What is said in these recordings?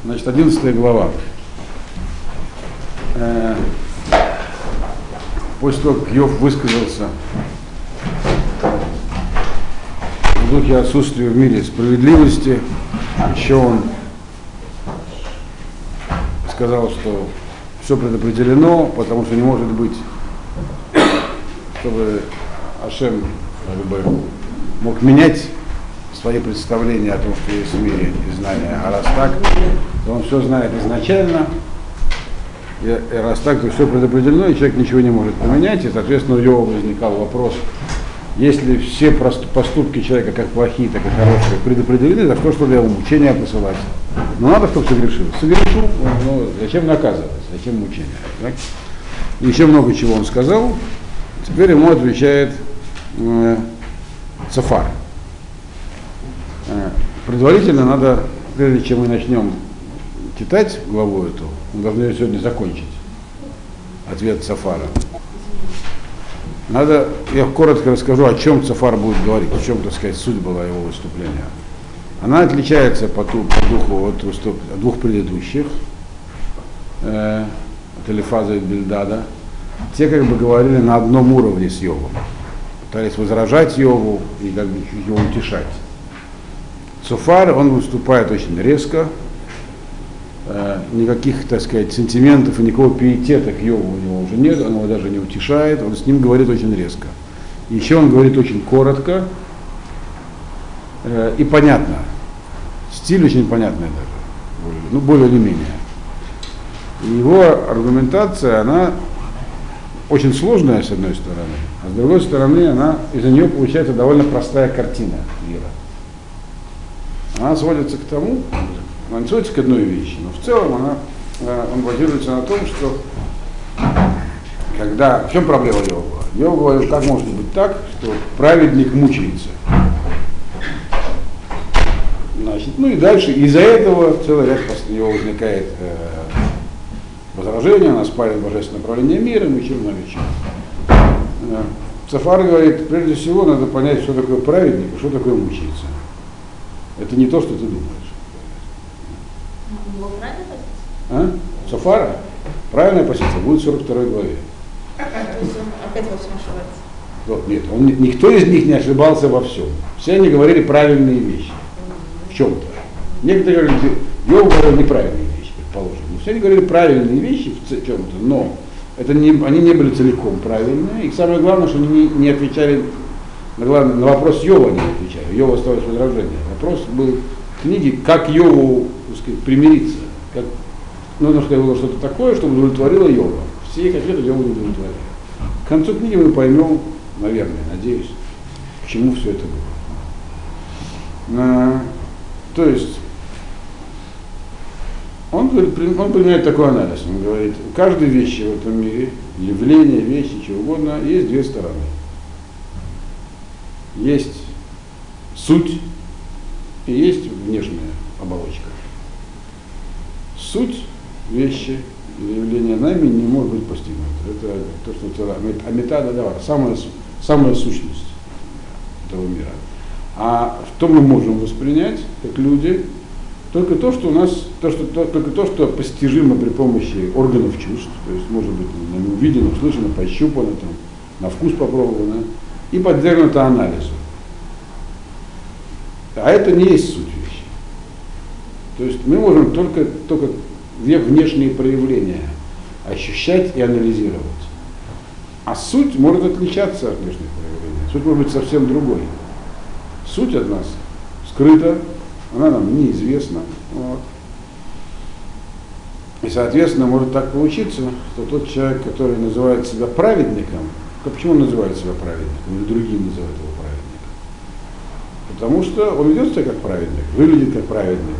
Значит, 11 глава. После того, как Йов высказался в духе отсутствия в мире справедливости, еще он сказал, что все предопределено, потому что не может быть, чтобы Ашем мог менять свои представления о том, что есть в мире и знания. А раз так, то он все знает изначально, и раз так, то все предопределено, и человек ничего не может поменять, и, соответственно, у него возникал вопрос, если все поступки человека, как плохие, так и хорошие, предопределены, за что ли ему мучения посылать? Но надо, чтобы согрешил. Согрешил, но зачем наказывать, зачем мучения? Так? И еще много чего он сказал. Теперь ему отвечает Цофар. Предварительно надо, прежде чем мы начнем читать главу эту, мы должны ее сегодня закончить. Ответ Цофара. Я коротко расскажу, о чем Цофар будет говорить, в чем, так сказать, суть была его выступления. Она отличается по духу от двух предыдущих, от Элифаза и Бельдада. Те как бы говорили на одном уровне с Йовом, пытались возражать Йову и как бы его утешать. Цофар, он выступает очень резко, никаких, так сказать, сентиментов и никакого пиетета к Йову у него уже нет, он его даже не утешает, он с ним говорит очень резко. Еще он говорит очень коротко и понятно. Стиль очень понятный даже, более или менее. И его аргументация, она очень сложная с одной стороны, а с другой стороны, из-за нее получается довольно простая картина мира. Она сводится к тому, она не сводится к одной вещи, но в целом он базируется на том, что в чем проблема Йова была? Йов говорил, как может быть так, что праведник мучается. Значит, и дальше из-за этого целый ряд у него возникает возражение, он оспаривает божественное правление миром и еще много чего. Цофар говорит, прежде всего надо понять, что такое праведник и что такое мучиться. Это не то, что ты думаешь. Цофара? Правильная позиция будет в 42 главе. То есть он опять во всем ошибается? Нет, никто из них не ошибался во всем. Все они говорили правильные вещи. В чем-то. Некоторые говорили, Йов говорил неправильные вещи, предположим. Но все они говорили правильные вещи в чем-то, но они не были целиком правильные. И самое главное, что они не отвечали, на вопрос Йова не отвечали. Йова оставалось возражение. Вопрос был в книге, как Йову, так сказать, примириться. Нужно было что-то такое, чтобы удовлетворило Йова. Все их ответы Йова не удовлетворяли. К концу книги мы поймем, наверное, надеюсь, к чему все это было. То есть, он применяет такой анализ. Он говорит, у каждой вещи в этом мире, явления, вещи, чего угодно, есть две стороны. Есть суть и есть внешняя оболочка. Суть вещи или явления нами не может быть постигнуто. Это то, что Амитада давар, самая сущность этого мира. А что мы можем воспринять, как люди, только то, что только то, что постижимо при помощи органов чувств, то есть может быть увидено, услышано, пощупано, на вкус попробовано, и подвергнуто анализу. А это не есть суть вещи. То есть мы можем только внешние проявления ощущать и анализировать. А суть может отличаться от внешних проявлений. Суть может быть совсем другой. Суть от нас скрыта, она нам неизвестна. Вот. И, соответственно, может так получиться, что тот человек, который называет себя праведником, почему он называет себя праведником, или другие называют его праведником? Потому что он ведет себя как праведник, выглядит как праведник.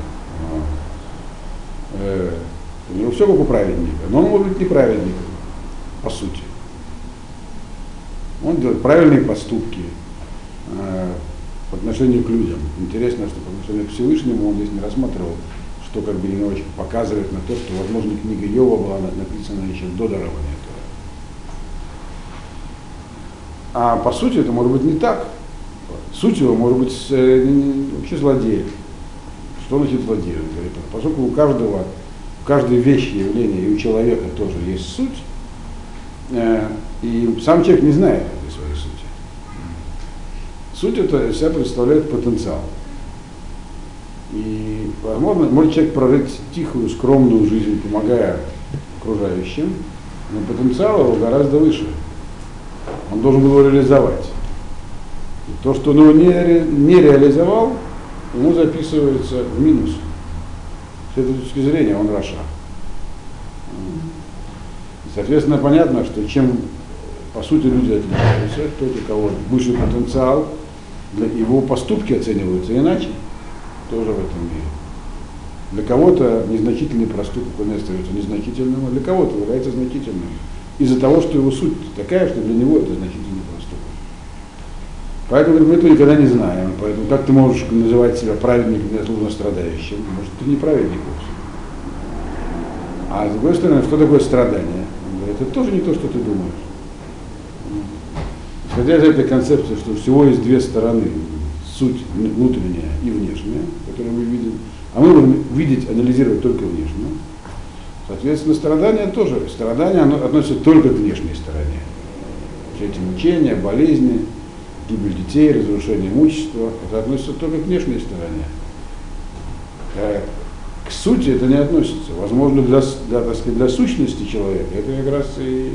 У него все как у праведника, но он может быть неправедником, по сути. Он делает правильные поступки по отношению к людям. Интересно, что по отношению к Всевышнему он здесь не рассматривал, что как бы немножечко показывает на то, что, возможно, книга Йова была написана еще до дарования Торы. А по сути это может быть не так. Суть его может быть вообще злодеем. Что значит владеет? Говорит, поскольку у каждой вещи, явления и у человека тоже есть суть, и сам человек не знает этой своей сути. Суть это из себя представляет потенциал. И, возможно, может человек прожить тихую, скромную жизнь, помогая окружающим, но потенциал его гораздо выше. Он должен был его реализовать. И то, что он его не реализовал, ему записывается в минус. С этой точки зрения он раша. И, соответственно, понятно, что чем по сути люди отличаются, тот, у кого выше потенциал, его поступки оцениваются иначе, тоже в этом мире. Для кого-то незначительный проступок он остается незначительным, а для кого-то является значительным. Из-за того, что его суть такая, что для него это значительный проступок. Поэтому мы этого никогда не знаем. Поэтому как ты можешь называть себя праведником, незаслуженно страдающим? Может, ты не праведник вовсе. А с другой стороны, что такое страдание? Он говорит, это тоже не то, что ты думаешь. Исходя из этой концепции, что всего есть две стороны, суть внутренняя и внешняя, которую мы видим, а мы можем видеть, анализировать только внешнюю. Соответственно, страдания тоже. Страдания относятся только к внешней стороне. Все эти мучения, болезни, гибель детей, разрушение имущества, это относится только к внешней стороне. К сути это не относится. Возможно, для сущности человека это как раз и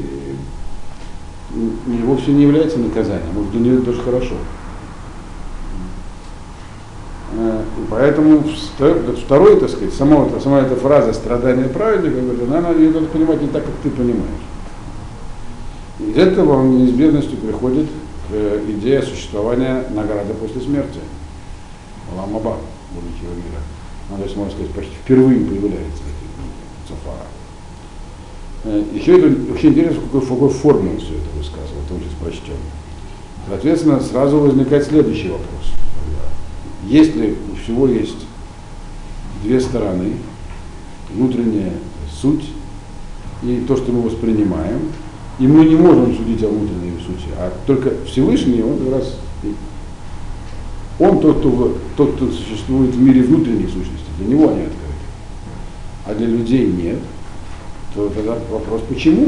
вовсе не является наказанием, может, для нее даже хорошо. И поэтому второй, так сказать, сама эта фраза «страдание праведника», ее надо понимать не так, как ты понимаешь. Из этого неизбежностью приходит идея существования награды после смерти. Олам Аба, будущего мира. То есть, можно сказать, почти впервые появляется Цофара. Еще это очень интересно, в какой форме он все это высказывал, это уже прочтем. Соответственно, сразу возникает следующий вопрос. Если у всего есть две стороны, внутренняя суть и то, что мы воспринимаем, и мы не можем судить о внутренней сути, а только Всевышний, он как раз он тот, кто существует в мире внутренней сущности, для него они открыты. А для людей нет, то тогда вопрос, почему?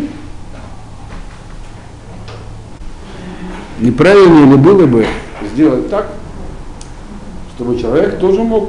Неправильнее ли было бы сделать так, чтобы человек тоже мог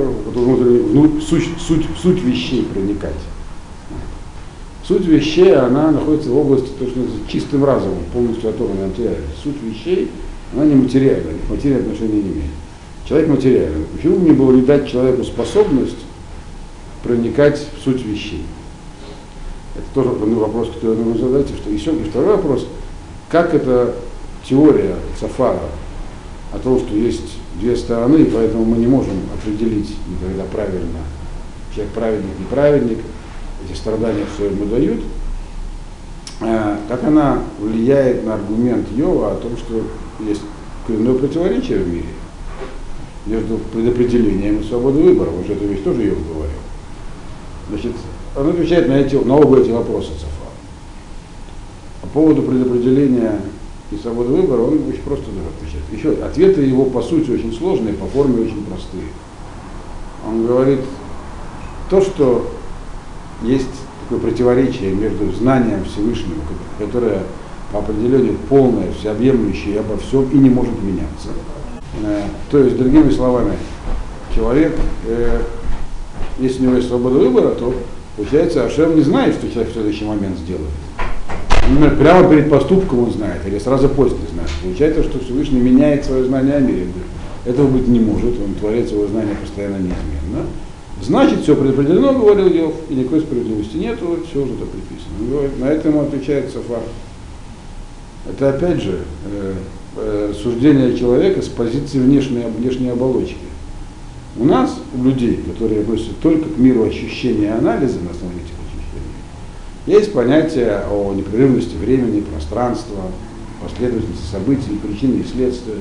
суть вещей проникать. Суть вещей, она находится в области то, что называется чистым разумом, полностью оторванной от материальности. Суть вещей, она не материальна, к материи отношения не имеет. Человек материальный. Почему бы мне было не дать человеку способность проникать в суть вещей? Это тоже вопрос, который нужно задать. И второй вопрос, как эта теория Цофара о том, что есть две стороны, и поэтому мы не можем определить никогда правильно, человек праведник, неправедник, эти страдания все ему дают, как она влияет на аргумент Йова о том, что есть коренное противоречие в мире между предопределением и свободой выбора. Вот эту вещь тоже Йов говорил. Значит, он отвечает на оба эти вопроса Цофар. По поводу предопределения и свободы выбора он очень просто даже отвечает. Еще ответы его по сути очень сложные, по форме очень простые. Он говорит, то, что есть такое противоречие между знанием Всевышнего, которое по определению полное, всеобъемлющее и обо всем и не может меняться. То есть, другими словами, человек, если у него есть свобода выбора, то получается, Ашем не знает, что человек в следующий момент сделает. Например, прямо перед поступком он знает, или сразу после знает. Получается, что Всевышний меняет свое знание о мире. Этого быть не может, он творит его знание постоянно неизменно. Значит, все предопределено, говорил Йов, и никакой справедливости нету, все уже так приписано. На это ему отвечает Цофар. Это опять же суждение человека с позиции внешней оболочки. У нас, у людей, которые относятся только к миру ощущения и анализа на основе этих ощущений, есть понятие о непрерывности времени, пространства, последовательности событий, причины и следствия.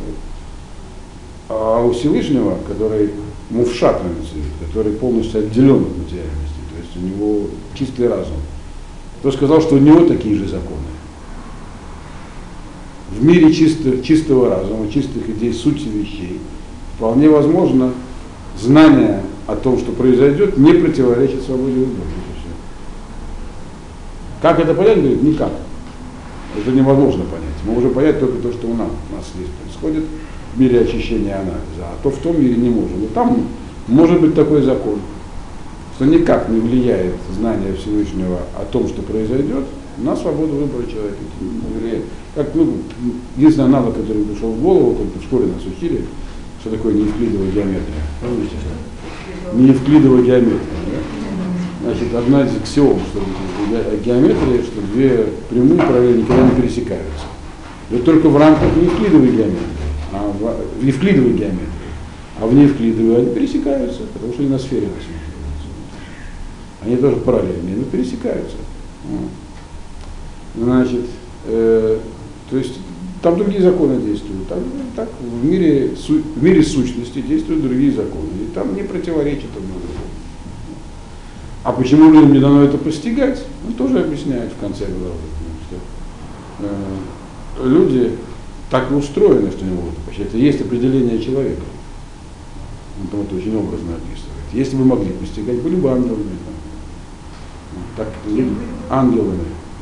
А у Всевышнего, который мувшат, который полностью отделен от материальности, то есть у него чистый разум, кто сказал, что у него такие же законы. В мире чистого разума, чистых идей, сути вещей, вполне возможно знание о том, что произойдет, не противоречит свободе выбора. Как это понять? Говорит, никак. Это невозможно понять. Мы можем понять только то, что у нас здесь происходит в мире очищения анализа, а то в том мире не можем. И там может быть такой закон, что никак не влияет знание Всевышнего о том, что произойдет, на свободу выбора человека. Как, единственный аналог, который пришел в голову, только в школе нас учили, что такое неевклидовая геометрия. Помните? Неевклидовая геометрия. Да? Значит, одна из аксиом, что геометрия, что две прямые параллели никогда не пересекаются. Но только в рамках неевклидовой геометрии, в евклидовой геометрии. А в неевклидовой они пересекаются, потому что они на сфере рассматриваются. Они тоже параллельные, но пересекаются. Значит, то есть там другие законы действуют. Там, так, в мире сущности действуют другие законы. И там не противоречит одно другому. А почему людям не дано это постигать, он тоже объясняет в конце главы. Что люди так устроены, что не могут постигать. Есть определение человека. Он там это очень образно описывает. Если бы могли постигать, были бы ангелами. Так, ангелами.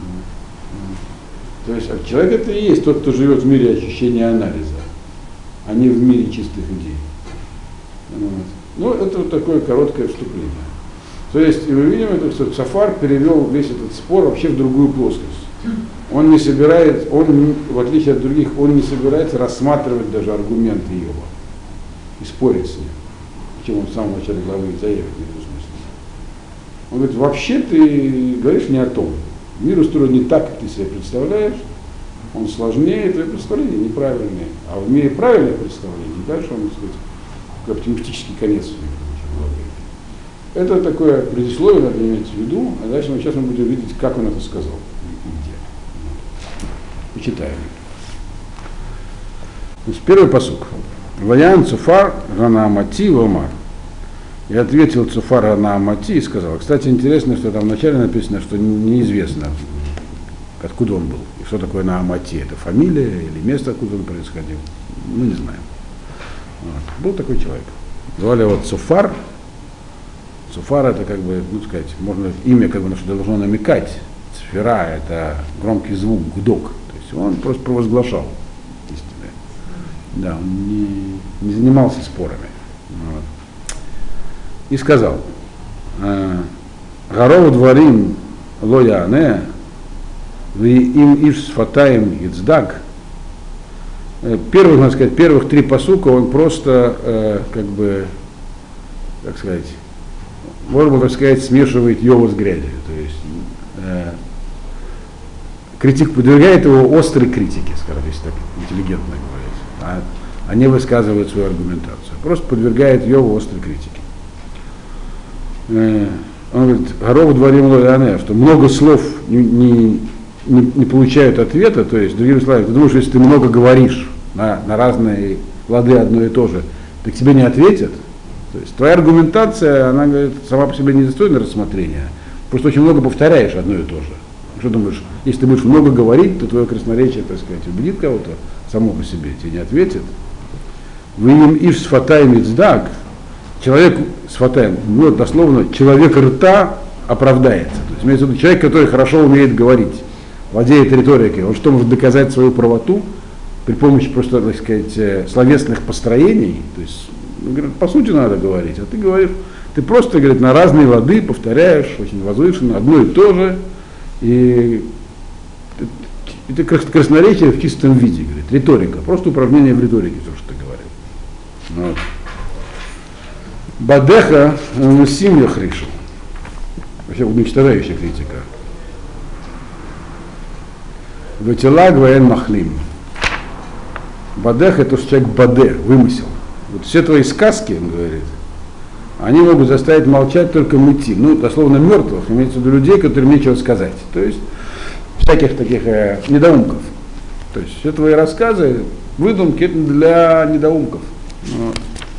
То есть человек это и есть тот, кто живет в мире очищения анализа, а не в мире чистых идей. Ну, это вот такое короткое вступление. То есть, и мы видим, что Цофар перевел весь этот спор вообще в другую плоскость. Он не собирает, в отличие от других, он не собирается рассматривать даже аргументы Иова и спорить с ним. Чем он в самом начале главы заявит в этом смысле. Он говорит, вообще ты говоришь не о том. Мир устроен не так, как ты себе представляешь, он сложнее, твои представления неправильные. А в мире правильных представлений, дальше он, так сказать, оптимистический конец говорит. Это такое предисловие, надо иметь в виду, а дальше сейчас мы будем видеть, как он это сказал. Почитаем. Первый пасук. Ваян Цофар Ганаамати Вомар. И ответил Цофар Ганаамати и сказал. Кстати, интересно, что там вначале написано, что неизвестно, откуда он был. И что такое Наамати. Это фамилия или место, откуда он происходил. Мы не знаем. Вот. Был такой человек. Звали его Цофар. Цофар это как бы, ну сказать, можно имя как бы на что должно намекать. Цфера это громкий звук, гудок. То есть он просто провозглашал истины. Да, он не занимался спорами. Вот. И сказал, Гаров дворим лояне, им иш сфатаем ицдаг. Первых, надо сказать, первых три пасука он просто, как бы, как сказать, можно, так сказать, смешивает Йову с грязью. То есть критик подвергает его острой критике, скажем, если так интеллигентно говорить, а не высказывает свою аргументацию. Просто подвергает Йову острой критике. Он говорит, Гаров дворим лояне, что много слов не получают ответа, то есть, другими словами, ты думаешь, если ты много говоришь на разные лады одно и то же, так тебе не ответят. То есть твоя аргументация, она, говорит, сама по себе не достойна рассмотрения, просто очень много повторяешь одно и то же. Что думаешь, если ты будешь много говорить, то твое красноречие, так сказать, убедит кого-то само по себе, тебе не ответит. Вы им иш сфатаем ицдак, человек сфатаем, ну, дословно, человек рта оправдается. То есть имеется в виду человек, который хорошо умеет говорить, владеет риторикой, он что, может доказать свою правоту при помощи просто, так сказать, словесных построений, то есть, ну, говорит, по сути надо говорить, а ты говоришь, ты просто, говорит, на разные лады повторяешь, очень возвышенно, одно и то же, и это красноречие в чистом виде, говорит, риторика, просто упражнение в риторике, то, что ты говорил. Вот. Бадеха Мусим Яхришу. Вообще уничтожающая критика. Ватилаг Ваен Махлим. Бадех это что человек баде, вымысел. Вот все твои сказки, он говорит, они могут заставить молчать только мытим. Ну, дословно мертвых, имеется в виду людей, которым нечего сказать. То есть всяких таких недоумков. То есть все твои рассказы, выдумки, это для недоумков. Вот.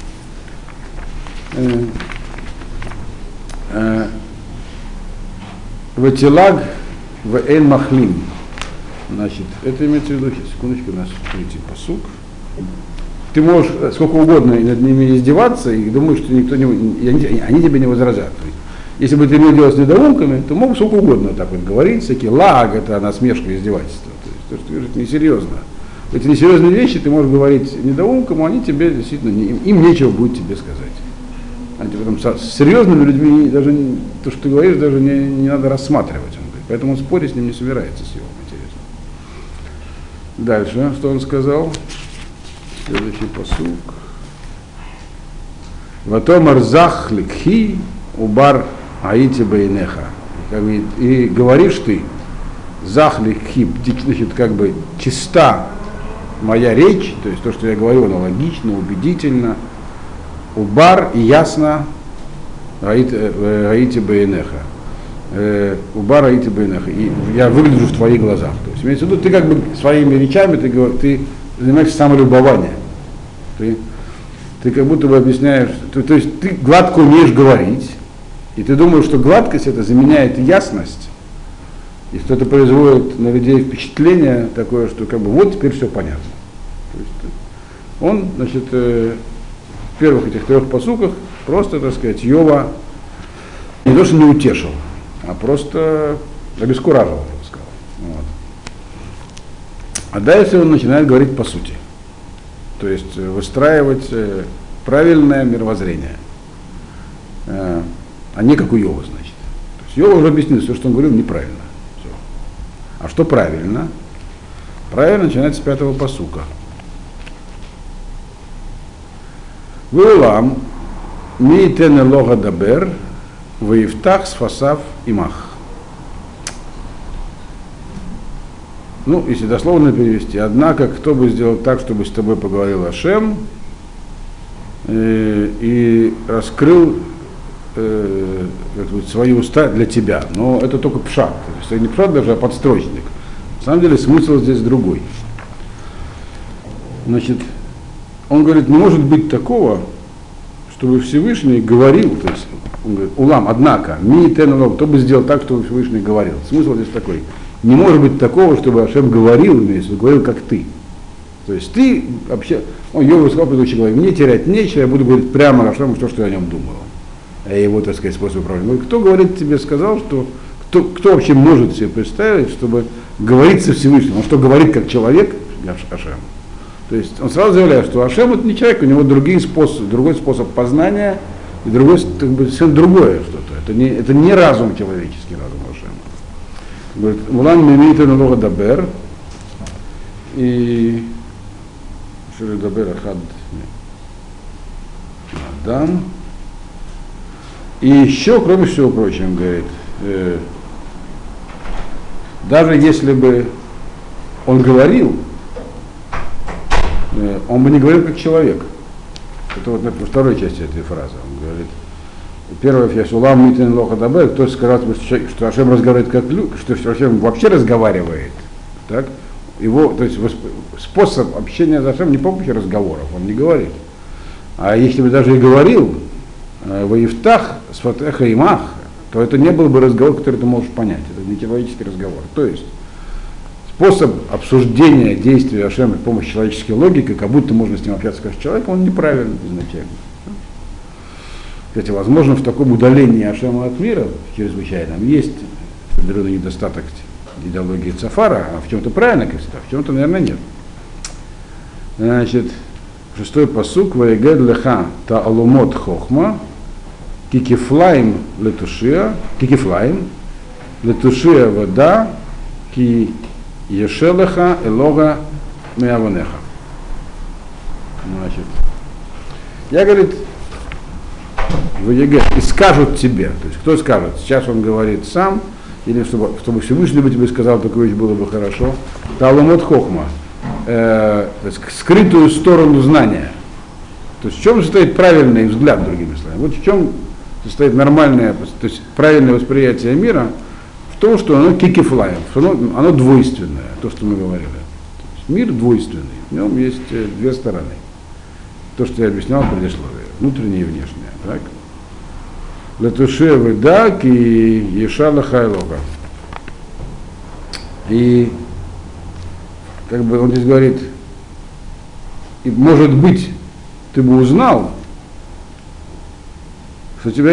Ватилаг Ваэн Махлим. Значит, это имеется в виду, сейчас, секундочку, у нас третий пасук. ты можешь сколько угодно над ними издеваться и думаешь, что никто не, они тебе не возражат. Если бы ты имел дело с недоумками, то мог сколько угодно так вот говорить, всякие лаг, это насмешка, издевательство. То есть то, что ты говоришь, это несерьезно. Эти несерьезные вещи ты можешь говорить недоумкам, они тебе действительно, им нечего будет тебе сказать. С серьезными людьми даже то, что ты говоришь, даже не надо рассматривать. Он говорит. Поэтому он спорить с ним не собирается, с его интересно. Дальше, что он сказал? Следующий пасук. Ватомар зах ликхи убар аити бейнеха. И говоришь ты, зах ликхи, значит, как бы чиста моя речь, то есть то, что я говорю, оно логично, убедительно, убар и ясно аити бейнеха. Убар аити бейнеха. И я выгляжу в твоих глазах. То есть, имеется в виду, ты как бы своими речами, ты занимаешься самолюбованием. Ты как будто бы объясняешь, то есть ты гладко умеешь говорить, и ты думаешь, что гладкость это заменяет ясность, и что это производит на людей впечатление такое, что как бы вот теперь все понятно. То есть, он, значит, в первых этих 3 пасуках просто, так сказать, Йова не то, что не утешил, а просто обескуражил, я бы сказал. Вот. А дальше он начинает говорить по сути. То есть выстраивать правильное мировоззрение, а не как у Йова, значит. То есть Йова уже объяснил, все, что он говорил, неправильно. Все. А что правильно? Правильно начинается с 5-го пасука. Вылам мийтен элога дабер ваифтах сфасав имах. Ну, если дословно перевести, однако, кто бы сделал так, чтобы с тобой поговорил Ашем и раскрыл свои уста для тебя. Но это только пшат. То есть не пшат даже, а подстрочник. На самом деле смысл здесь другой. Значит, он говорит, не может быть такого, чтобы Всевышний говорил, то есть, он говорит, улам, однако, кто бы сделал так, чтобы Всевышний говорил. Смысл здесь такой. Не может быть такого, чтобы Ашем говорил, говорил как ты. То есть ты вообще, Йова сказал в предыдущей главе, мне терять нечего, я буду говорить прямо Ашему то, что я о нем думаю. О его, так сказать, способе управления. Кто говорит тебе, сказал, что кто вообще может себе представить, чтобы говорить со Всевышним? Он что, говорит как человек, Ашем? То есть он сразу заявляет, что Ашем это не человек, у него другой способ познания и другой, как бы, совершенно другое что-то. Это не разум человеческий, разум Ашема. Говорит, Улан мимитен лога дабер и шели дабер ахад адам. И еще, кроме всего прочего, говорит, даже если бы он говорил, он бы не говорил как человек. Это вот во второй части этой фразы. Он говорит, первая фраза, улам митен лога дабер, кто сказал, что Ашем разговаривает как люди, что Ашем вообще разговаривает. Так? Его, то есть способ общения с Ашем не помощью разговоров, он не говорит. А если бы даже и говорил, воифтах с фатеха и мах, то это не был бы разговор, который ты можешь понять. Это не человеческий разговор. То есть способ обсуждения действий Ашема с помощью человеческой логики, как будто можно с ним общаться как с человеком, он неправильный изначально. Кстати, возможно, в таком удалении Ашема от мира чрезвычайном есть определенный недостаток идеологии Цафара, а в чем-то правильно, как всегда, в чем-то, наверное, нет. Значит, 6-й пасук, ваегед леха та алумот хохма, кикифлаим летушия вода, ки ешелеха элога меавонеха. Значит, я, говорит, и скажут тебе, то есть кто скажет, сейчас он говорит сам, или чтобы Всевышний бы тебе сказал, такую вещь было бы хорошо, талумот хохма, скрытую сторону знания. То есть в чем состоит правильный взгляд, другими словами. Вот в чем состоит нормальное, то есть правильное восприятие мира, в том, что оно кикифлаем, что оно двойственное, то, что мы говорили. То есть мир двойственный, в нем есть 2 стороны. То, что я объяснял в предисловии, внутреннее и внешнее. Так? Латуше выдак и ешала хайлога. И как бы он здесь говорит, и может быть, ты бы узнал, что тебя,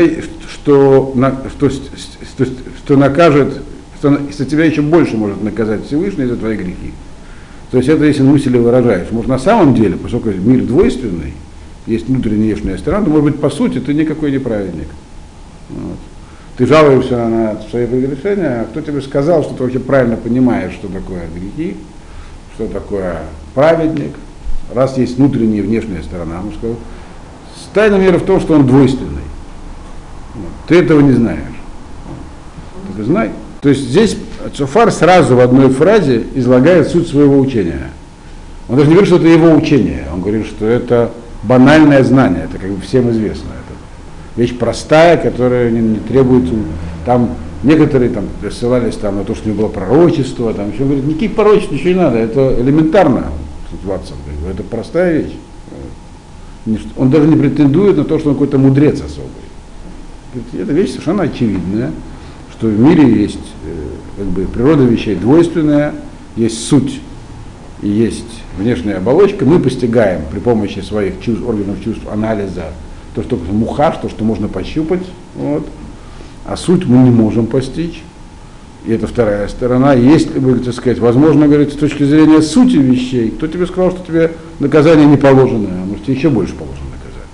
что накажет, что тебя еще больше может наказать Всевышний за твои грехи. То есть это если мысли выражаешь. Может, на самом деле, поскольку мир двойственный, есть внутренняя и внешняя сторона, то, может быть, по сути, ты никакой не праведник. Вот. Ты жалуешься на свои прегрешения, а кто тебе сказал, что ты вообще правильно понимаешь, что такое грехи, что такое праведник, раз есть внутренняя и внешняя сторона. Он сказал, тайна мира в том, что он двойственный. Вот. Ты этого не знаешь. Ты знай. То есть здесь Цофар сразу в одной фразе излагает суть своего учения. Он даже не говорит, что это его учение, он говорит, что это банальное знание, это как бы всем известно. Это вещь простая, которая не требует, там некоторые там ссылались там, на то, что у него было пророчество, там еще говорит, никаких пророчеств ничего не надо, это элементарно ситуация, это простая вещь. Он даже не претендует на то, что он какой-то мудрец особый. Это вещь совершенно очевидная, что в мире есть как бы, природа вещей двойственная, есть суть и есть внешняя оболочка. Мы постигаем при помощи своих чувств, органов чувств, анализа, то, что мухаш, то, что можно пощупать, вот. А суть мы не можем постичь. И это вторая сторона. Если бы, так сказать, возможно, говорить, с точки зрения сути вещей, кто тебе сказал, что тебе наказание не положено, а может тебе еще больше положено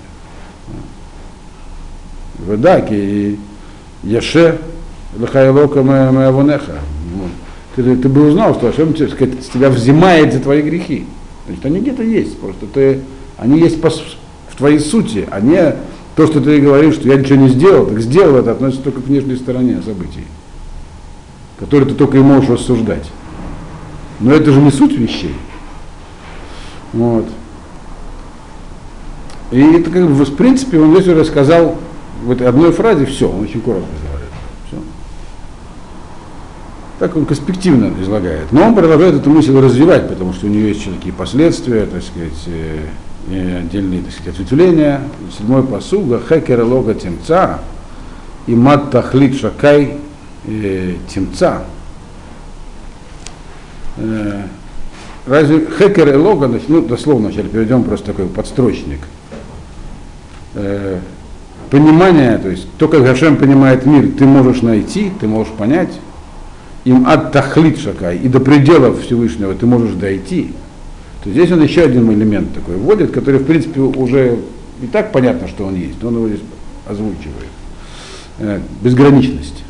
наказание. Ведаки и Яше Лахайлока Маявонеха. Ты бы узнал, что Ашем с тебя взимает за твои грехи. Значит, они где-то есть, просто они есть в твоей сути, а не то, что ты говоришь, что я ничего не сделал, так сделал, это относится только к внешней стороне событий, которые ты только и можешь рассуждать. Но это же не суть вещей. Вот. И это как бы, в принципе, он здесь уже рассказал в этой одной фразе все, он очень коротко говорит. Все. Так он конспективно излагает. Но он продолжает эту мысль развивать, потому что у нее есть еще такие последствия, так сказать, отдельные, так сказать, ответвления. 7-й пасук, хекер лога темца, и мат тахлит шакай темца. Разве хекер и лога, ну, дословно вначале перейдем просто такой подстрочник. Понимание, то есть то, как Гашем понимает мир, ты можешь найти, ты можешь понять, им ад тахлит шакай, и до пределов Всевышнего ты можешь дойти, то здесь он еще один элемент такой вводит, который в принципе уже и так понятно, что он есть, но он его здесь озвучивает. Безграничность.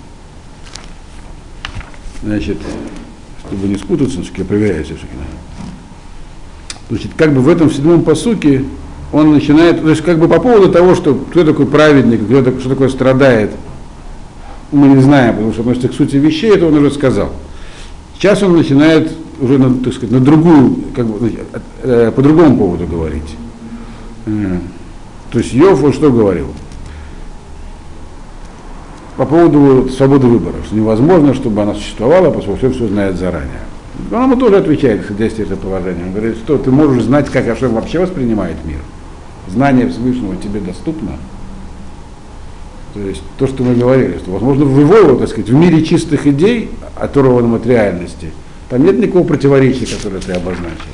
Значит, чтобы не спутаться, я проверяю все-таки. Значит, как бы в этом 7-м пасуке он начинает, то есть как бы по поводу того, что кто такой праведник, что такое страдает, мы не знаем, потому что относится к сути вещей, это он уже сказал. Сейчас он начинает уже, так сказать, на другую, как бы, по другому поводу говорить. То есть Йов он что говорил? По поводу свободы выбора, что невозможно, чтобы она существовала, поскольку все знает заранее. Он ему тоже отвечает, что действие это положение. Он говорит, что ты можешь знать, как Ашем вообще воспринимает мир. Знание Всевышнего тебе доступно. То есть то, что мы говорили, что, возможно, в его, так сказать, в мире чистых идей, оторванном от реальности, там нет никакого противоречия, которое ты обозначил.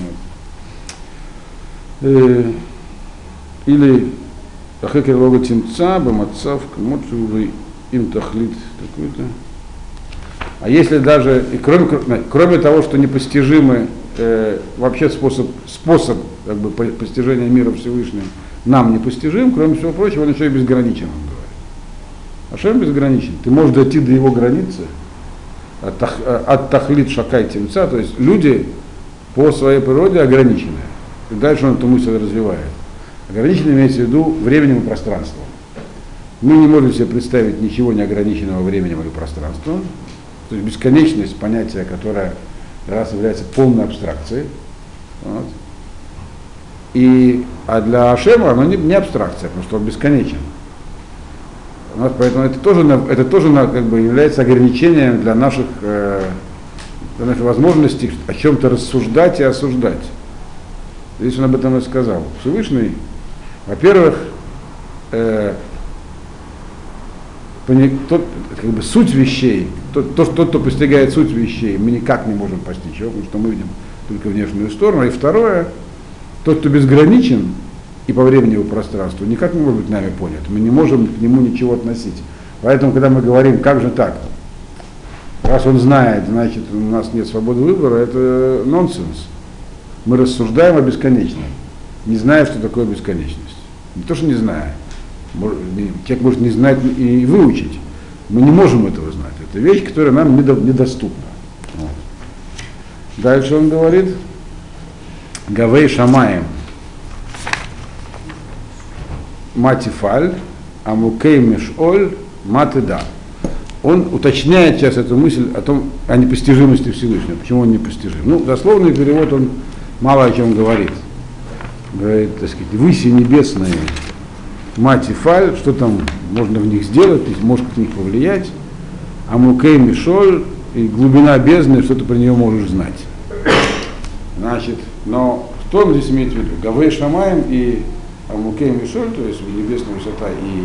Или Ахекер лога тимца, бамацав, кмотшувы, им тахлит такой-то. А если даже, и кроме того, что непостижимы, вообще способ как бы, постижения мира Всевышним нам непостижим, кроме всего прочего, он еще и безграничен, он говорит. Ашем безграничен. Ты можешь дойти до его границы, от тахлит шакай тимца, то есть люди по своей природе ограничены. И дальше он эту мысль развивает. Ограничено имеется в виду временем и пространством. Мы не можем себе представить ничего неограниченного временем или пространством. То есть бесконечность понятия, которое раз является полной абстракцией. Вот. А для Ашема оно не абстракция, потому что он бесконечен. Вот, поэтому это тоже как бы является ограничением для наших возможностей о чем-то рассуждать и осуждать. Здесь он об этом и сказал. Всевышний, во-первых, как бы суть вещей, тот, кто постигает суть вещей, мы никак не можем постичь его, потому что мы видим только внешнюю сторону. И второе, тот, кто безграничен, и по времени, и по пространству, никак не может быть нами понят. Мы не можем к нему ничего относить. Поэтому, когда мы говорим, как же так, раз он знает, значит, у нас нет свободы выбора, это нонсенс. Мы рассуждаем о бесконечном, не зная, что такое бесконечность. Не то, что не зная. Человек может не знать и выучить. Мы не можем этого знать. Это вещь, которая нам недоступна. Вот. Дальше он говорит, Гавей Шамаем Матифаль, Амукей Мешоль Матеда. Он уточняет сейчас эту мысль о непостижимости Всевышнего. Почему он непостижим? Ну, дословный перевод он мало о чем говорит. Говорит, так сказать, выси небесные, Матифаль, что там можно в них сделать, можешь к них повлиять. Амукей Мишоль, и глубина бездны, что ты про нее можешь знать. Значит, но что он здесь имеет в виду? Гавей Шамаем и Амукей Мишоль, то есть небесная высота и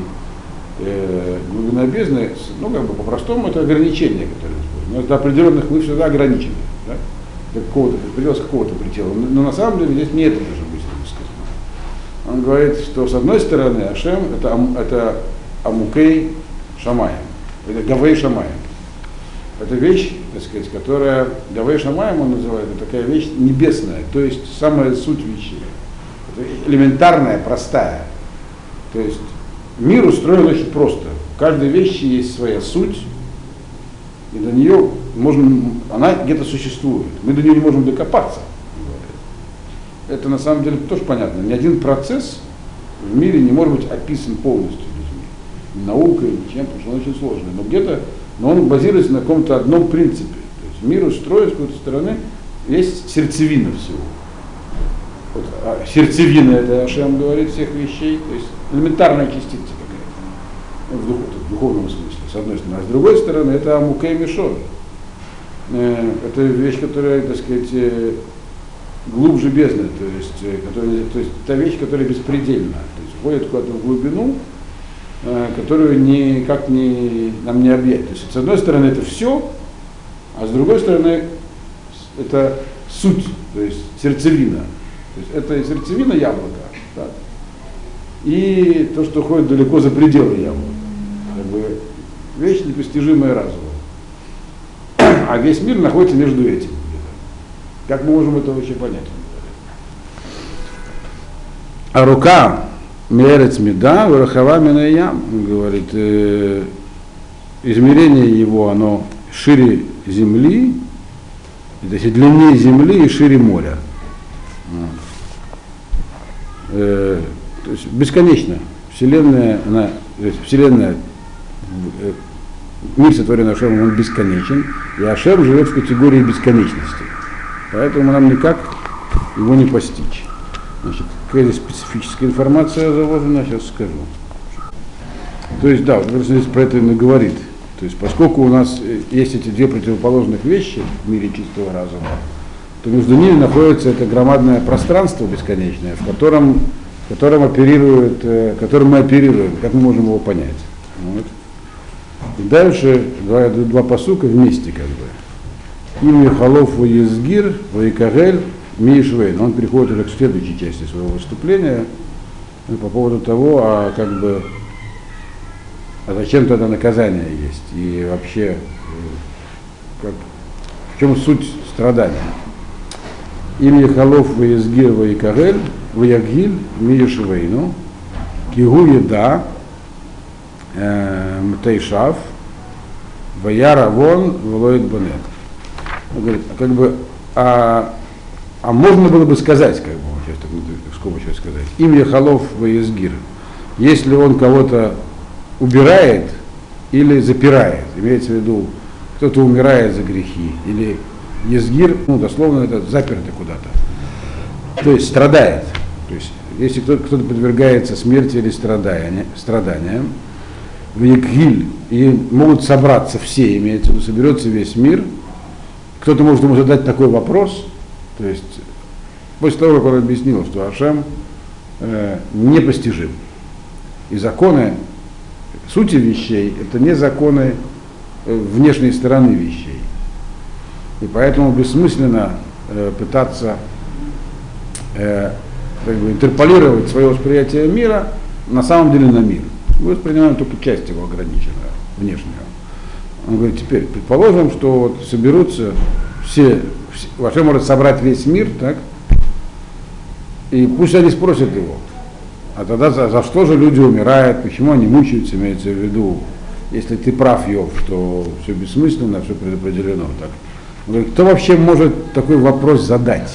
глубина бездны, ну, как бы по-простому, это ограничение, которое используется. Но это определенных мы всегда ограничены. Да? Предел какого-то предела. Но на самом деле здесь не это даже мысль сказано. Он говорит, что с одной стороны Ашем это Амукей Шамаем, это Гавей Шамаем. Это вещь, так сказать, которая Гавей Шамаем он называет, это такая вещь небесная, то есть самая суть вещей. Это элементарная, простая. То есть мир устроен очень просто. В каждой вещи есть своя суть, и до нее она где-то существует. Мы до нее не можем докопаться. Это на самом деле тоже понятно. Ни один процесс в мире не может быть описан полностью людьми. Ни наукой, ничем, потому что он очень сложный. Но он базируется на каком-то одном принципе. То есть мир устроен с какой-то стороны, есть сердцевина всего. Вот, сердцевина, это Ашем говорит, всех вещей, то есть элементарная частица какая-то, в духовном смысле, с одной стороны. А с другой стороны, это Амукей Мишоль. Это вещь, которая, так сказать, глубже бездны, то есть та вещь, которая беспредельна, то есть входит куда-то в глубину, которую нам не объять. То есть, с одной стороны, это все, а с другой стороны, это суть, то есть сердцевина. То есть это сердцевина яблока, так, и то, что ходит далеко за пределы яблока. Как бы вещь непостижимая разумом. А весь мир находится между этим. Как мы можем это вообще понять? А рука Мерец Меда, Варахава Минаям, говорит, измерение его, оно шире земли, то есть длиннее земли и шире моря. То есть бесконечно. Вселенная, мир, сотворенный Ашемом, он бесконечен, и Ашем живет в категории бесконечности. Поэтому нам никак его не постичь. Значит, какая специфическая информация заложена, сейчас скажу. То есть, да, здесь про это и говорит. То есть, поскольку у нас есть эти две противоположных вещи в мире чистого разума, то между ними находится это громадное пространство бесконечное, которым мы оперируем, как мы можем его понять. Вот. И дальше два пасука вместе как бы. Им Ехалов Ваезгир, Ваикагель, Мишвейн. Он переходит уже к следующей части своего выступления по поводу того, зачем тогда наказание есть и вообще в чем суть страдания. Им Ехалов Ваезгир, Ваикагель, Ваягиль, Мишвейну, Кигу Еда, Мтейшав, Ваяра Вон, Влоид Бонет. Он говорит, можно было бы сказать, как бы, сейчас так в скобочках сказать, им Ехалов Ваезгир, если он кого-то убирает или запирает, имеется в виду, кто-то умирает за грехи, или Езгир, дословно это заперто куда-то, то есть страдает. То есть, если кто-то подвергается смерти или страданиям, в Егиль, и могут собраться все, имеется в виду, соберется весь мир, кто-то может ему задать такой вопрос, то есть, после того, как он объяснил, что Ашем непостижим, и законы сути вещей, это не законы внешней стороны вещей, и поэтому бессмысленно пытаться как бы интерполировать свое восприятие мира на самом деле на мир. Мы воспринимаем только часть его ограниченную, внешнюю. Он говорит, теперь, предположим, что вот соберутся все вообще может собрать весь мир, так? И пусть они спросят его, а тогда за что же люди умирают, почему они мучаются, имеется в виду, если ты прав, Йов, что все бессмысленно, все предопределено. Так. Он говорит, кто вообще может такой вопрос задать?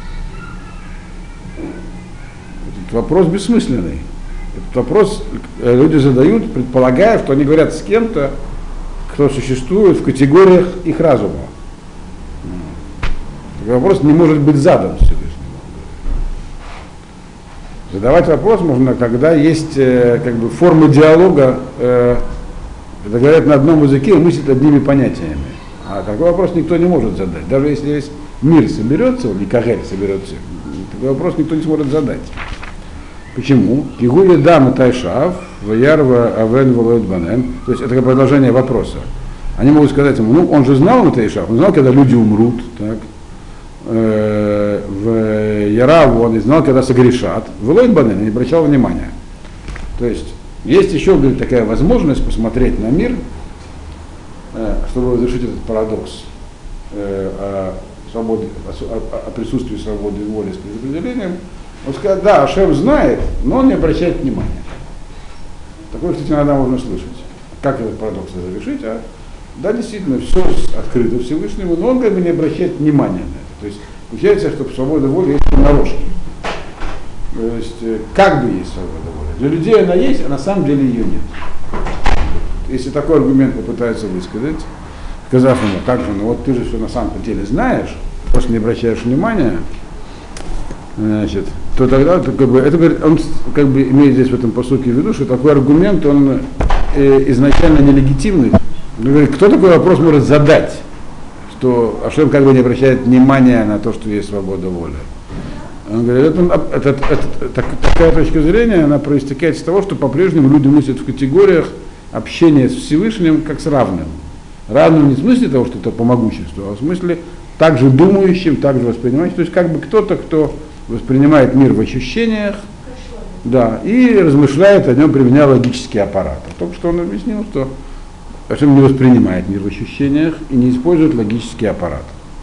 Этот вопрос бессмысленный. Этот вопрос люди задают, предполагая, что они говорят с кем-то, кто существует в категориях их разума. Такой вопрос не может быть задан Всевышнему. Задавать вопрос можно, когда есть как бы формы диалога, когда говорят на одном языке и мыслят одними понятиями. А такой вопрос никто не может задать. Даже если весь мир соберется, или Кагель соберется, такой вопрос никто не сможет задать. Почему? Кигули дам тайшав, ваярва авен волоид банен. То есть это продолжение вопроса. Они могут сказать ему, ну он же знал тайшав, он знал, когда люди умрут, так. В Яраву он и знал, когда согрешат. Волоид банен не обращал внимания. То есть есть еще, говорит, такая возможность посмотреть на мир, чтобы разрешить этот парадокс о присутствии свободы воли с предопределением. Он сказал, да, Ашем знает, но он не обращает внимания. Такое, кстати, иногда можно слышать. Как этот парадокс разрешить? Да, действительно, все открыто Всевышнему, но он как бы не обращает внимания на это. То есть получается, что свобода воли есть понарошке. То есть как бы есть свобода воли. Для людей она есть, а на самом деле ее нет. Если такой аргумент попытаются высказать, сказав ему, как же, ну вот ты же все на самом деле знаешь, просто не обращаешь внимания, значит, то тогда как бы, это, он как бы имеет здесь в этом посуке в виду, что такой аргумент, он изначально нелегитимный. Он говорит, кто такой вопрос может задать, что Ашем как бы не обращает внимания на то, что есть свобода воли. Он говорит, такая точка зрения, она проистекает из того, что по-прежнему люди мыслят в категориях общения с Всевышним как с равным. Равным не в смысле того, что это по могуществу, а в смысле также думающим, также воспринимающим. То есть как бы кто-то, кто воспринимает мир в ощущениях, да, и размышляет о нем, применяя логический аппарат. Только что он объяснил, что Ашем не воспринимает мир в ощущениях и не использует логический аппарат.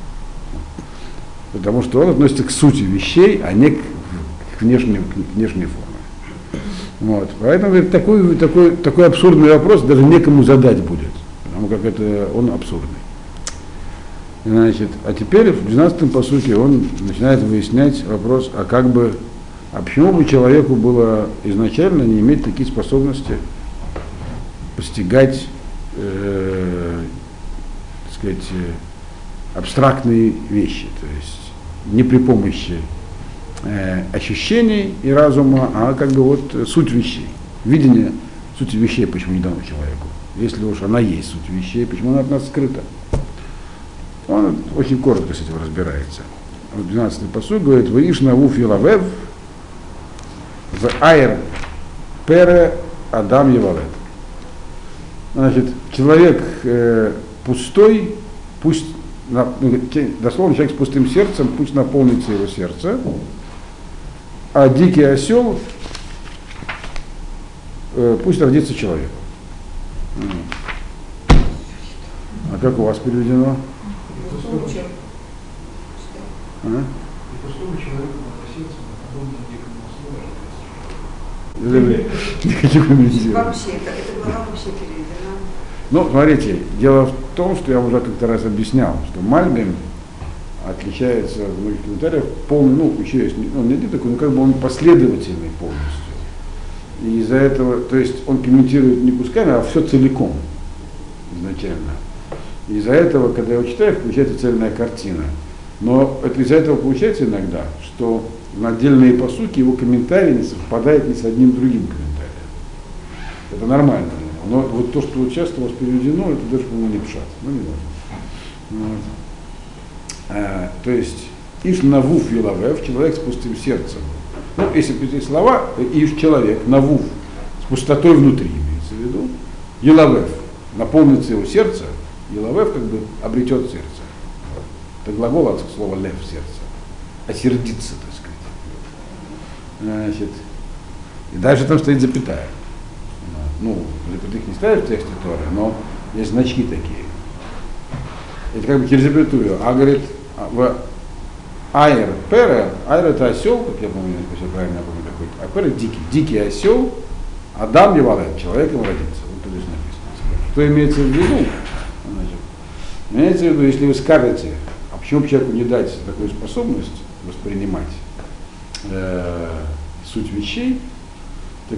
Потому что он относится к сути вещей, а не к внешней форме. Вот. Поэтому говорит, такой абсурдный вопрос даже некому задать будет, потому как он абсурдный. Значит, а теперь в 12-м посуке он начинает выяснять вопрос, а почему бы человеку было изначально не иметь такие способности постигать, так сказать, абстрактные вещи, то есть не при помощи ощущений и разума, а как бы вот суть вещей. Видение сути вещей почему не дано человеку. Если уж она есть суть вещей, почему она от нас скрыта? Он очень коротко с этим разбирается. В 12-й посуд говорит, «Ваиш навуф елавев, в айр пере адам евалет». Значит, человек пустой, пусть, дословно, человек с пустым сердцем, пусть наполнится его сердце, а дикий осел пусть родится человек. А как у вас переведено? Не хочу комментировать. Вообще, это глава вообще переведена. Ну, смотрите, дело в том, что я уже как-то раз объяснял, что Мальбим отличается в многих комментариях полный, ну, еще есть, он не такой, но как бы он последовательный полностью. И из-за этого, то есть он комментирует не кусками, а все целиком изначально. И из-за этого, когда я его читаю, получается цельная картина. Но это из-за этого получается иногда, что на отдельные посуки его комментарий не совпадает ни с одним другим комментарием. Это нормально. Но вот то, что вот часто у вас переведено, это даже, по-моему, не пшат. Ну, не важно. Вот. То есть, иш навуф елавев, человек с пустым сердцем. Ну, если эти слова, иш человек, навуф, с пустотой внутри, имеется в виду, елавев, наполнится его сердце, елавев как бы обретет сердце. Это глагол от слова лев, сердце. Осердиться, так сказать. Значит, и дальше там стоит запятая. Ну, запятых не ставят в тексте Торы, но есть значки такие. Это как бы через запятую. А говорит, в Айр Пера, Айр это осел, как я помню, если я правильно помню такой, а Пера дикий осел, Адам Евалет, человеком родится. Вот тут здесь написано. Что имеется в виду? Значит, имеется в виду, если вы скажете, а почему бы человеку не дать такую способность воспринимать суть вещей, так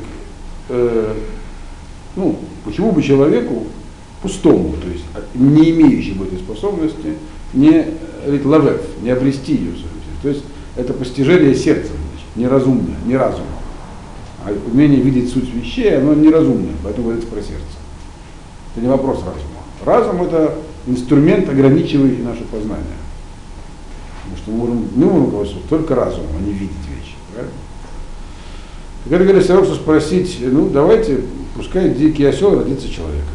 ну, почему бы человеку пустому, то есть не имеющему этой способности, не лавев, не обрести ее совсем. То есть это постижение сердца, значит, неразумное, не разума. А умение видеть суть вещей, оно неразумное, поэтому говорится про сердце. Это не вопрос разума. Разум это инструмент, ограничивающий наше познание. Потому что мы можем руководствоваться только разумом, а не видеть вещи. Правильно? Так это говорит, все равно, что спросить, ну давайте, пускай дикий осел родится человеком.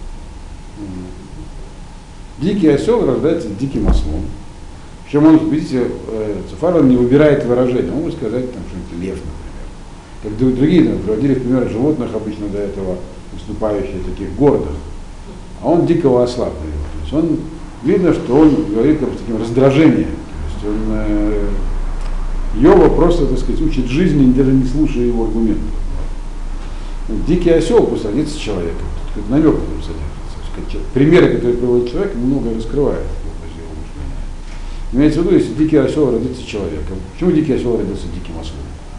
Дикий осел рождается диким ослом. Причем он, видите, Цуфар он не выбирает выражение, он может сказать там что-нибудь лев, например. Как другие там, приводили в пример животных обычно до этого, выступающих таких гордых. А он дикого осла привел. То есть он, видно, что он говорит как, с таким раздражением. То есть он Йова просто, так сказать, учит жизни, даже не слушая его аргументов. Дикий осел пусть родится человеком. Тут намек в этом содержится. Примеры, которые приводит человек, много раскрывает. Имеется в виду, если дикий осел родится человеком. Почему дикий осел родился диким ослом?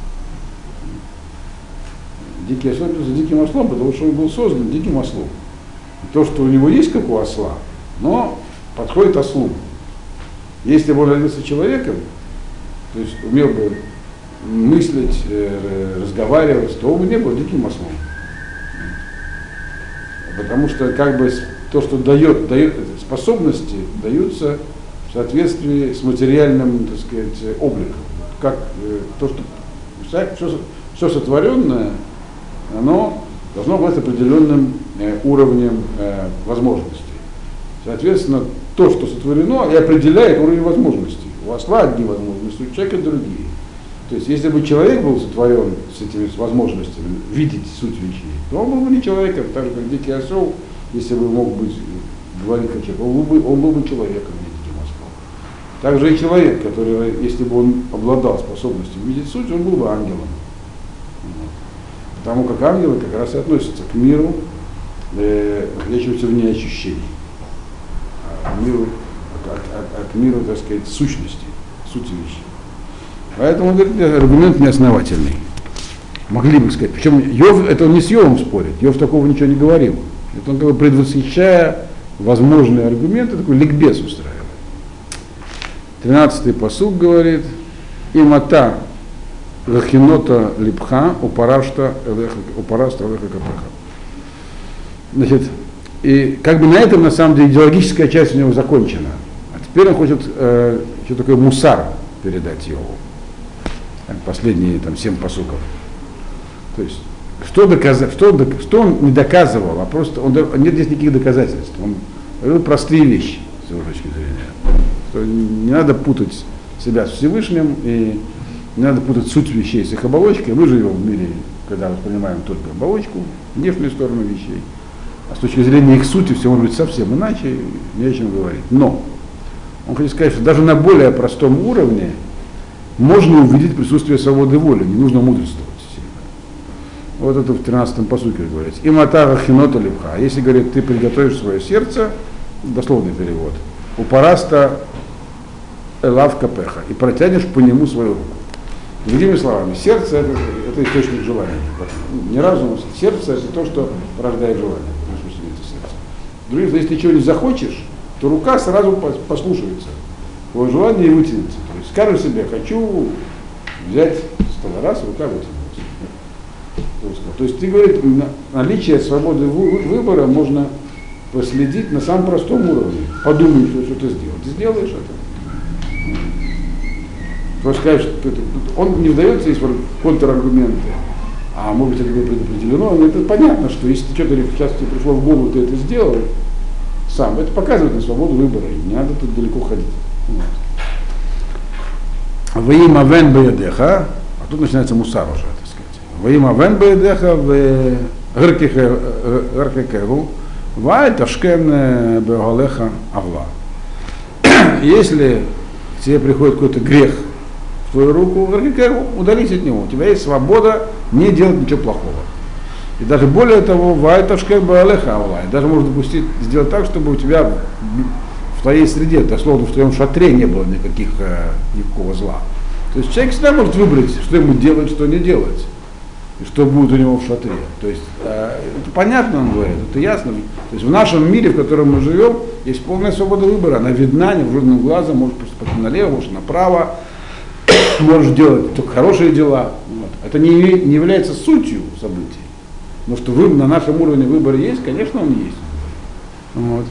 Дикий осел родился диким ослом, потому что он был создан диким ослом. И то, что у него есть, как у осла, но подходит ослу. Если бы он родился человеком, то есть умел бы мыслить, разговаривать, то он бы не был диким ослом. Потому что как бы то, что дает способности, даются в соответствии с материальным, так сказать, обликом. Как то, что все сотворенное, оно должно быть определенным уровнем возможностей. Соответственно, то, что сотворено, и определяет уровень возможностей. У осла одни возможности, у человека другие. То есть, если бы человек был сотворен с этими возможностями видеть суть вещей, то он был бы не человеком, так же как дикий осел, если бы мог быть, говорить как человек, он был бы человеком, не диким ослом. Также и человек, который, если бы он обладал способностью видеть суть, он был бы ангелом. Потому как ангелы как раз и относятся к миру, лечатся вне ощущений, к миру, так сказать, сущности, сути вещей. Поэтому аргумент неосновательный. Могли бы сказать. Причем Йов, это он не с Йовом спорит, Йов такого ничего не говорил. Это он, как бы предвосхищая возможные аргументы, такой ликбез устраивает. 13-й пасук говорит: имата лахинота липха упараста элеха капеха. Значит, и как бы на этом, на самом деле, идеологическая часть у него закончена. А теперь он хочет что такое мусар передать Йову. Последние там 7 пасуков. То есть, что он не доказывал, а просто нет здесь никаких доказательств. Он говорил простые вещи с его точки зрения. Что не надо путать себя с Всевышним, и не надо путать суть вещей с их оболочкой. Мы живем в мире, когда воспринимаем только оболочку, внешнюю сторону вещей. А с точки зрения их сути все может быть совсем иначе, не о чем говорить. Но он хочет сказать, что даже на более простом уровне можно увидеть присутствие свободы воли, не нужно мудрствовать сильно. Вот это в 13-м пасуке говорится. Имата хинота липха. Если, говорит, ты приготовишь свое сердце, дословный перевод, упараста элав капеха, и протянешь по нему свою руку. Другими словами, сердце это источник желания. Не разум, сердце это то, что порождает желание. Другими словами, если ты чего-нибудь захочешь, то рука сразу послушается. Твое желание и вытянется. То есть скажешь себе, хочу взять стола, раз, рука вытянулась. То есть ты, говорит, наличие свободы выбора можно последить на самом простом уровне. Подумай, что ты сделал. Ты сделаешь это. Просто скажешь, он не вдается из контраргументы, а может быть это было предопределено, но это понятно, что если что-то сейчас тебе пришло в голову, ты это сделал сам, это показывает на свободу выбора, и не надо тут далеко ходить. Ваим авен баядеха, А тут начинается мусар уже, так сказать. Во имя венбедеха в геркекеру вай ташкен бегалеха авла. Если к тебе приходит какой-то грех в твою руку, удались от него. У тебя есть свобода не делать ничего плохого. И даже более того, вай ташкен бегалеха авла. Даже можно допустить, сделать так, чтобы у тебя в твоей среде, дословно в твоем шатре не было никакого зла. То есть человек всегда может выбрать, что ему делать, что не делать, и что будет у него в шатре. То есть это понятно, он говорит, это ясно. То есть в нашем мире, в котором мы живем, есть полная свобода выбора. Она видна невооруженным глазом, можешь поступать налево, можешь направо, можешь делать только хорошие дела. Вот. Это не является сутью событий. Но что на нашем уровне выбор есть, конечно, он есть. Вот.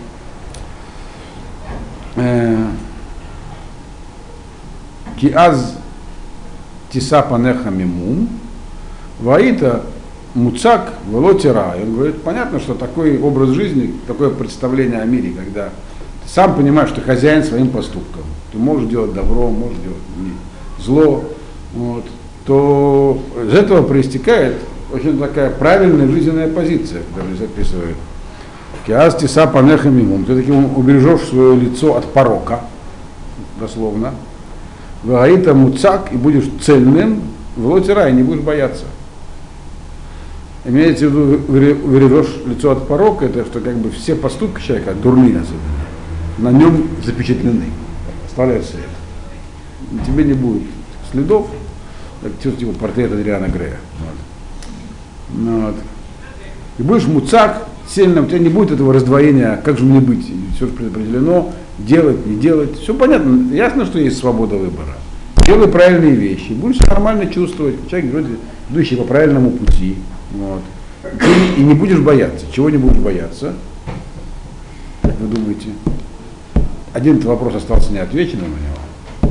Киаз тиса панеха мимум, ваита муцак велотира. Он говорит, понятно, что такой образ жизни, такое представление о мире, когда ты сам понимаешь, что ты хозяин своим поступком, ты можешь делать добро, можешь делать зло, вот, то из этого проистекает очень такая правильная жизненная позиция, которую записывает. Киаз тиса панеха мимум. Ты таким убережешь свое лицо от порока, дословно. Вагаита муцак, и будешь цельным, в лотера, и не будешь бояться. Имеется в виду, убережешь лицо от порока, это что как бы все поступки человека, дурные особенно, на нем запечатлены, оставляют след. Тебе не будет следов, типа портрет Адриана Грея. Вот. Вот. И будешь муцак, сильно, у тебя не будет этого раздвоения, как же мне быть, все предопределено, делать, не делать, все понятно, ясно, что есть свобода выбора. Делай правильные вещи, будешь нормально чувствовать, человек, идущий по правильному пути, вот. И не будешь бояться. Чего не будешь бояться? Как вы думаете? Один вопрос остался неотвеченным на него.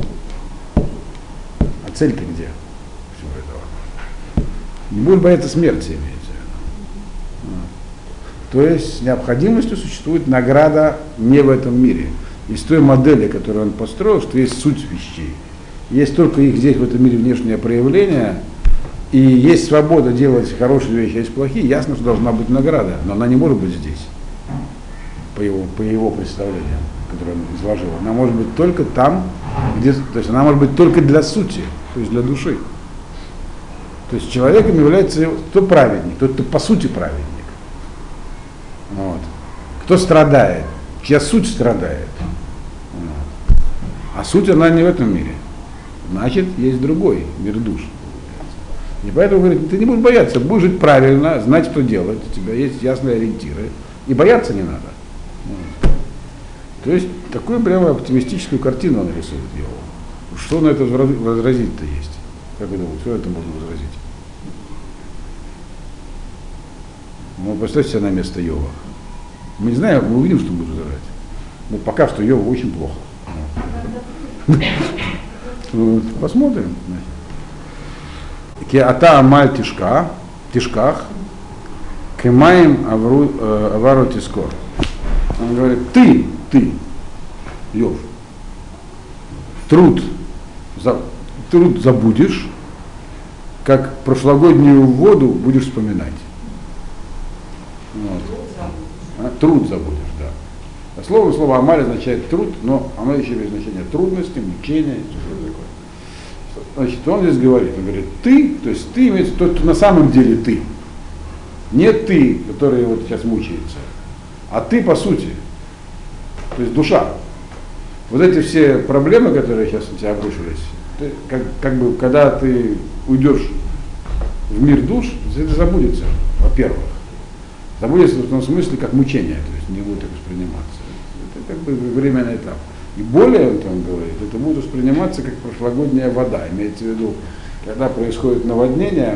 А цель-то где всего этого? Не будешь бояться смерти, имеется в виду. То есть с необходимостью существует награда не в этом мире. Из той модели, которую он построил, что есть суть вещей. Есть только их здесь, в этом мире, внешнее проявление, и есть свобода делать хорошие вещи, а есть плохие, ясно, что должна быть награда, но она не может быть здесь, по его представлениям, которое он изложил. Она может быть только там, где, то есть она может быть только для сути, то есть для души. То есть человеком является кто праведник, тот, кто по сути праведник. Вот. Кто страдает, чья суть страдает. Вот. А суть она не в этом мире. Значит, есть другой мир душ. И поэтому говорит, ты не будешь бояться, будешь жить правильно, знать, что делать, у тебя есть ясные ориентиры, и бояться не надо. Вот. То есть такую прямо оптимистическую картину он рисует его. Что на это возразить-то есть? Как вы думаете, что это можно возразить? Ну, поставьте себя на место Йова. Мы не знаем, мы увидим, что будет возражать. Но пока что Йову очень плохо. Посмотрим. Киата амаль тишках, кемаем авару тискор. Он говорит, ты, Йов, труд забудешь, как прошлогоднюю воду будешь вспоминать. Вот. Труд забудешь, да. Слово амаль означает труд, но оно еще имеет значение трудности, мучения, что такое. Значит, он здесь говорит, ты, то есть ты имеется тот, кто на самом деле ты. Не ты, который вот сейчас мучается, а ты по сути, то есть душа. Вот эти все проблемы, которые сейчас на тебя обрушились, ты, как бы, когда ты уйдешь в мир душ, это забудется, во-первых. Забудется в том смысле, как мучение, то есть не будет так восприниматься. Это как бы временный этап. И более, он там говорит, это будет восприниматься как прошлогодняя вода. Имеется в виду, когда происходит наводнение,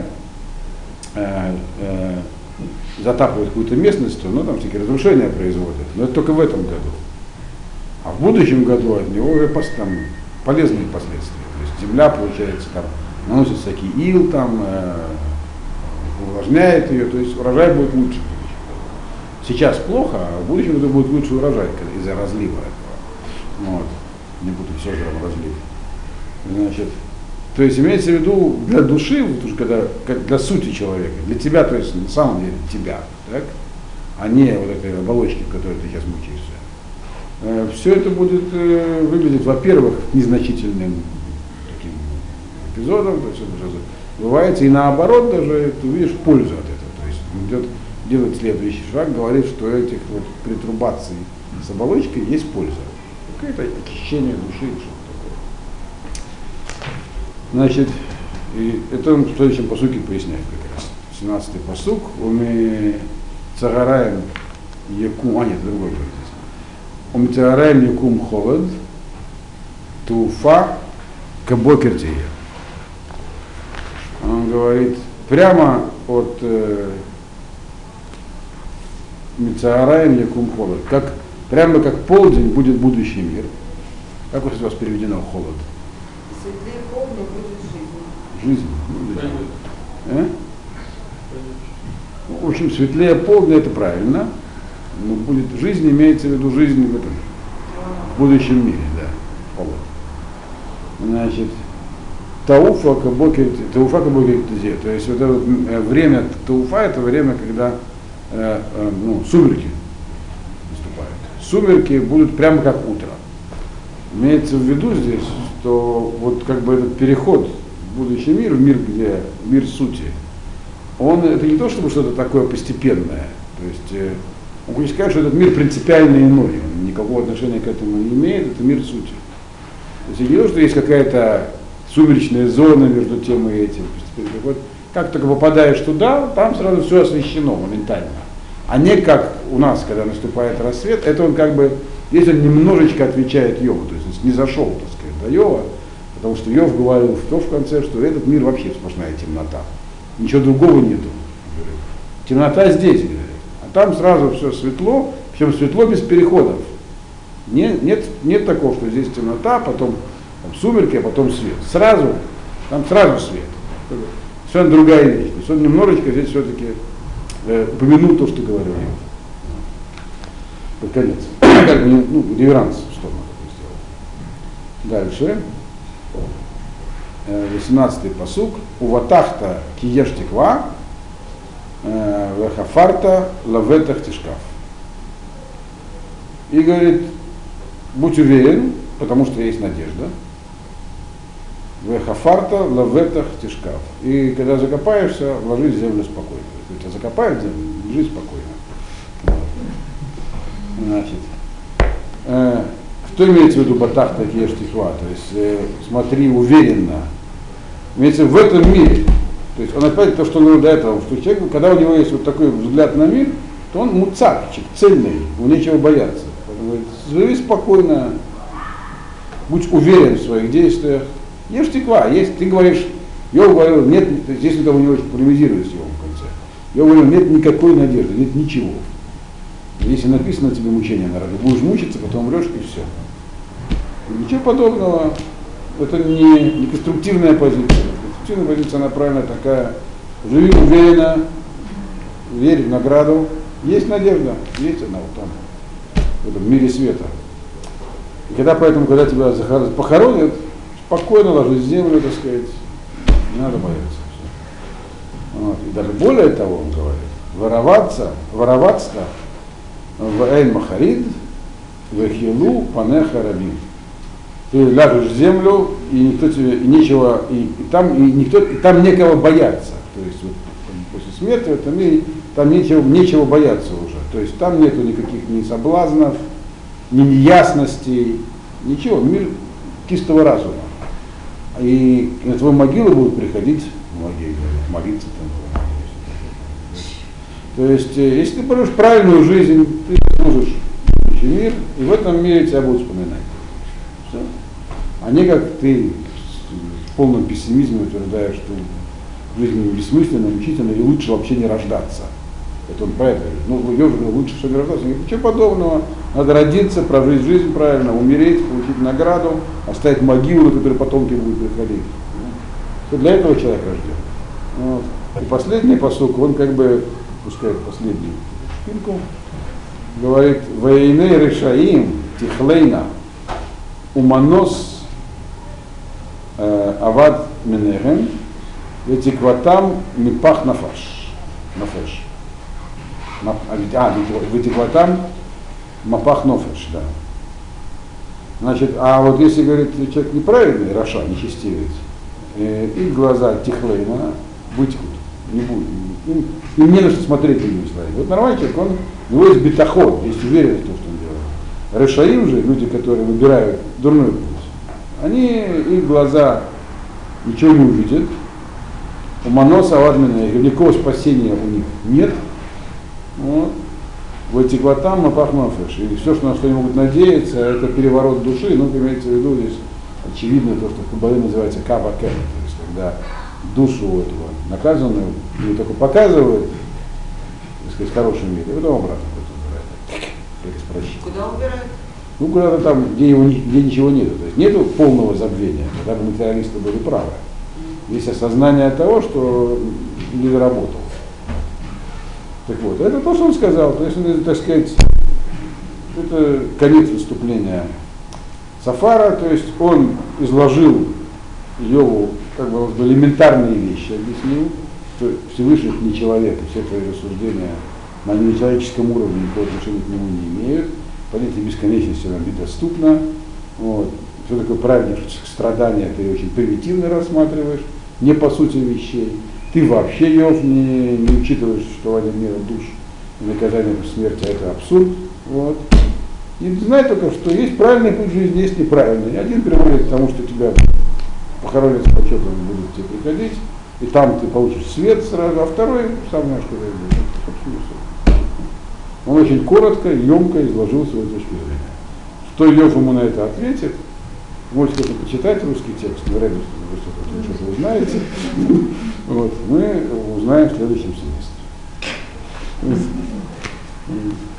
затапливают какую-то местность, ну там всякие разрушения производят. Но это только в этом году. А в будущем году от него уже там полезные последствия. То есть земля, получается, там наносит всякий ил, там, увлажняет ее, то есть урожай будет лучше. Сейчас плохо, а в будущем году будет лучше урожай из-за разлива этого. Вот. Не буду все же разлив. Значит, То есть имеется в виду для души, вот уж когда, как для сути человека, для тебя, то есть на самом деле тебя, так? А не вот этой оболочки, в которой ты сейчас мучаешься. Все это будет выглядеть, во-первых, незначительным таким эпизодом, то есть это уже забывается, и наоборот даже ты увидишь пользу от этого. То есть он идет делать следующий шаг, говорит, что этих вот перетрубаций с оболочкой есть польза. Какое-то очищение души, что-то такое. Значит, и это он в следующем пасуке поясняет как раз. 17-й пасук, уме цагараем якум, нет, другой говорит здесь. Уме цагараем якум холод, туфа кабокертия. Он говорит, прямо от Мицаараем якум холод, прямо как полдень будет будущий мир. Как у вас переведено холод? Светлее полдня будет жизнь. Жизнь. В общем, светлее полдня это правильно. Но будет жизнь, имеется в виду жизнь в этом в будущем мире, да. Холод. Значит, Тауфа кабокет тзе. То есть вот это время Тауфа это время, когда сумерки наступают. Сумерки будут прямо как утро. Имеется в виду здесь, что вот как бы этот переход в будущий мир, в мир, где мир сути, это не то чтобы что-то такое постепенное. То есть он хочет сказать, что этот мир принципиально иной, он никакого отношения к этому не имеет, это мир сути. То есть не то, что есть какая-то сумеречная зона между тем и этим. Как только попадаешь туда, там сразу все освещено моментально. А не как у нас, когда наступает рассвет, это он как бы, здесь он немножечко отвечает Йову, то есть не зашел, так сказать, до Йова, потому что Йов говорил в конце, что этот мир вообще сплошная темнота. Ничего другого нету. Темнота здесь, говорит. А там сразу все светло, причем светло без переходов. Нет такого, что здесь темнота, потом сумерки, а потом свет. Там сразу свет. Совершенно другая вещь. То есть он немножечко здесь все-таки упомянул то, что говорил Йов. Под конец. Как бы, реверанс, что надо сделать. Дальше. 18-й пасук. Уватахта киеш тиква, вехафарта лаветах тишкав. И говорит, будь уверен, потому что есть надежда. Вехафарта лаветах тишкав. И когда закопаешься, ложись в землю спокойно. Если тебя закопают в землю, лежи спокойно. Значит, что имеется в виду батахта киеш тиква? То есть смотри уверенно. Имеется в этом мире. То есть он опять то, что он говорил до этого, что человек, когда у него есть вот такой взгляд на мир, то он муцапчик, цельный, ему нечего бояться. Он говорит, живи спокойно, будь уверен в своих действиях. Ешь тиква, есть, ты говоришь, Йов говорил, нет, здесь никого не очень полемизирует с Йовом в конце. Йов говорил, нет никакой надежды, нет ничего. Если написано тебе мучение на роду, будешь мучиться, потом умрешь и все. Ничего подобного, это не конструктивная позиция. Конструктивная позиция, она правильно такая, живи уверенно, верь в награду. Есть надежда, есть она вот там, в этом мире света. И когда тебя похоронят, спокойно ложись в землю, так сказать, не надо бояться. Вот. И даже более того, он говорит, вороваться в Эйн Махарид, в Хилу Панеха Рабин. Ты ляжешь в землю, и никто тебе, и нечего, и там некого бояться. То есть вот, после смерти в этом мире там нечего бояться уже. То есть там нету никаких ни соблазнов, ни неясностей, ничего, мир чистого разума. И на твою могилу будут приходить молиться там. То есть, если ты проживешь правильную жизнь, ты служишь мир, и в этом мире тебя будут вспоминать. Все. А не как ты в полном пессимизме утверждаешь, что жизнь бессмысленна, мучительна, и лучше вообще не рождаться. Это он про это говорит. Лучше все не рождаться. Ничего подобного. Надо родиться, прожить жизнь правильно, умереть, получить награду, оставить могилу, на которой потомки будут приходить. Все для этого человек рожден. Вот. И последний пасук, он как бы пускает последнюю шпильку, говорит, «Ваиней решаим тихлейна уманос авад менехем, ветикватам мипах нафаш. Нафеш. Ветикватам мапах нофеш, да. Значит, а вот если, говорит, человек неправильный, раша, нечестивец, их глаза тихлейна вытекут, не будет. Им не на что смотреть, другими словами. Вот нормальный человек, у него есть бетахон, есть уверенность в том, что он делает. Решаим же, люди, которые выбирают дурной путь, они, их глаза ничего не увидят, у маноса авадмина, никакого спасения у них нет. Вот. В этих глотам мапахнофеш. И все, на что они могут надеяться, это переворот души. Ну, имеется в виду здесь очевидно то, что в Кабале называется каба кэм, то есть когда душу этого наказанную ее только показывают, так сказать, в хорошем мире, и потом обратно убирают. Куда убирают? Ну, куда-то там, где ничего нету. То есть нету полного забвения, тогда бы материалисты были правы. Есть осознание того, что не доработал. Так вот, это то, что он сказал. То есть, так сказать, это конец выступления Сафара, то есть он изложил Йову как бы элементарные вещи, объяснил, что Всевышний не человек, и все твои рассуждения на нечеловеческом уровне никакого отношения к нему не имеют. Понятие бесконечности нам недоступно. Вот. Что такое праведник, страдания ты очень примитивно рассматриваешь, не по сути вещей. Ты вообще, Йов, не учитываешь существование мира душ и наказание по смерти, это абсурд. Вот. И знай только, что есть правильный путь жизни, есть неправильный. И один приводит к тому, что тебя похоронят с почетом будут тебе приходить, и там ты получишь свет сразу, а второй сам знаешь, куда идет. Собственно, все. Он очень коротко, емко изложил свою точку зрения. Что Йов ему на это ответит, можете это почитать русский текст, говорят, что вы что-то узнаете. Вот, мы узнаем в следующем семестре.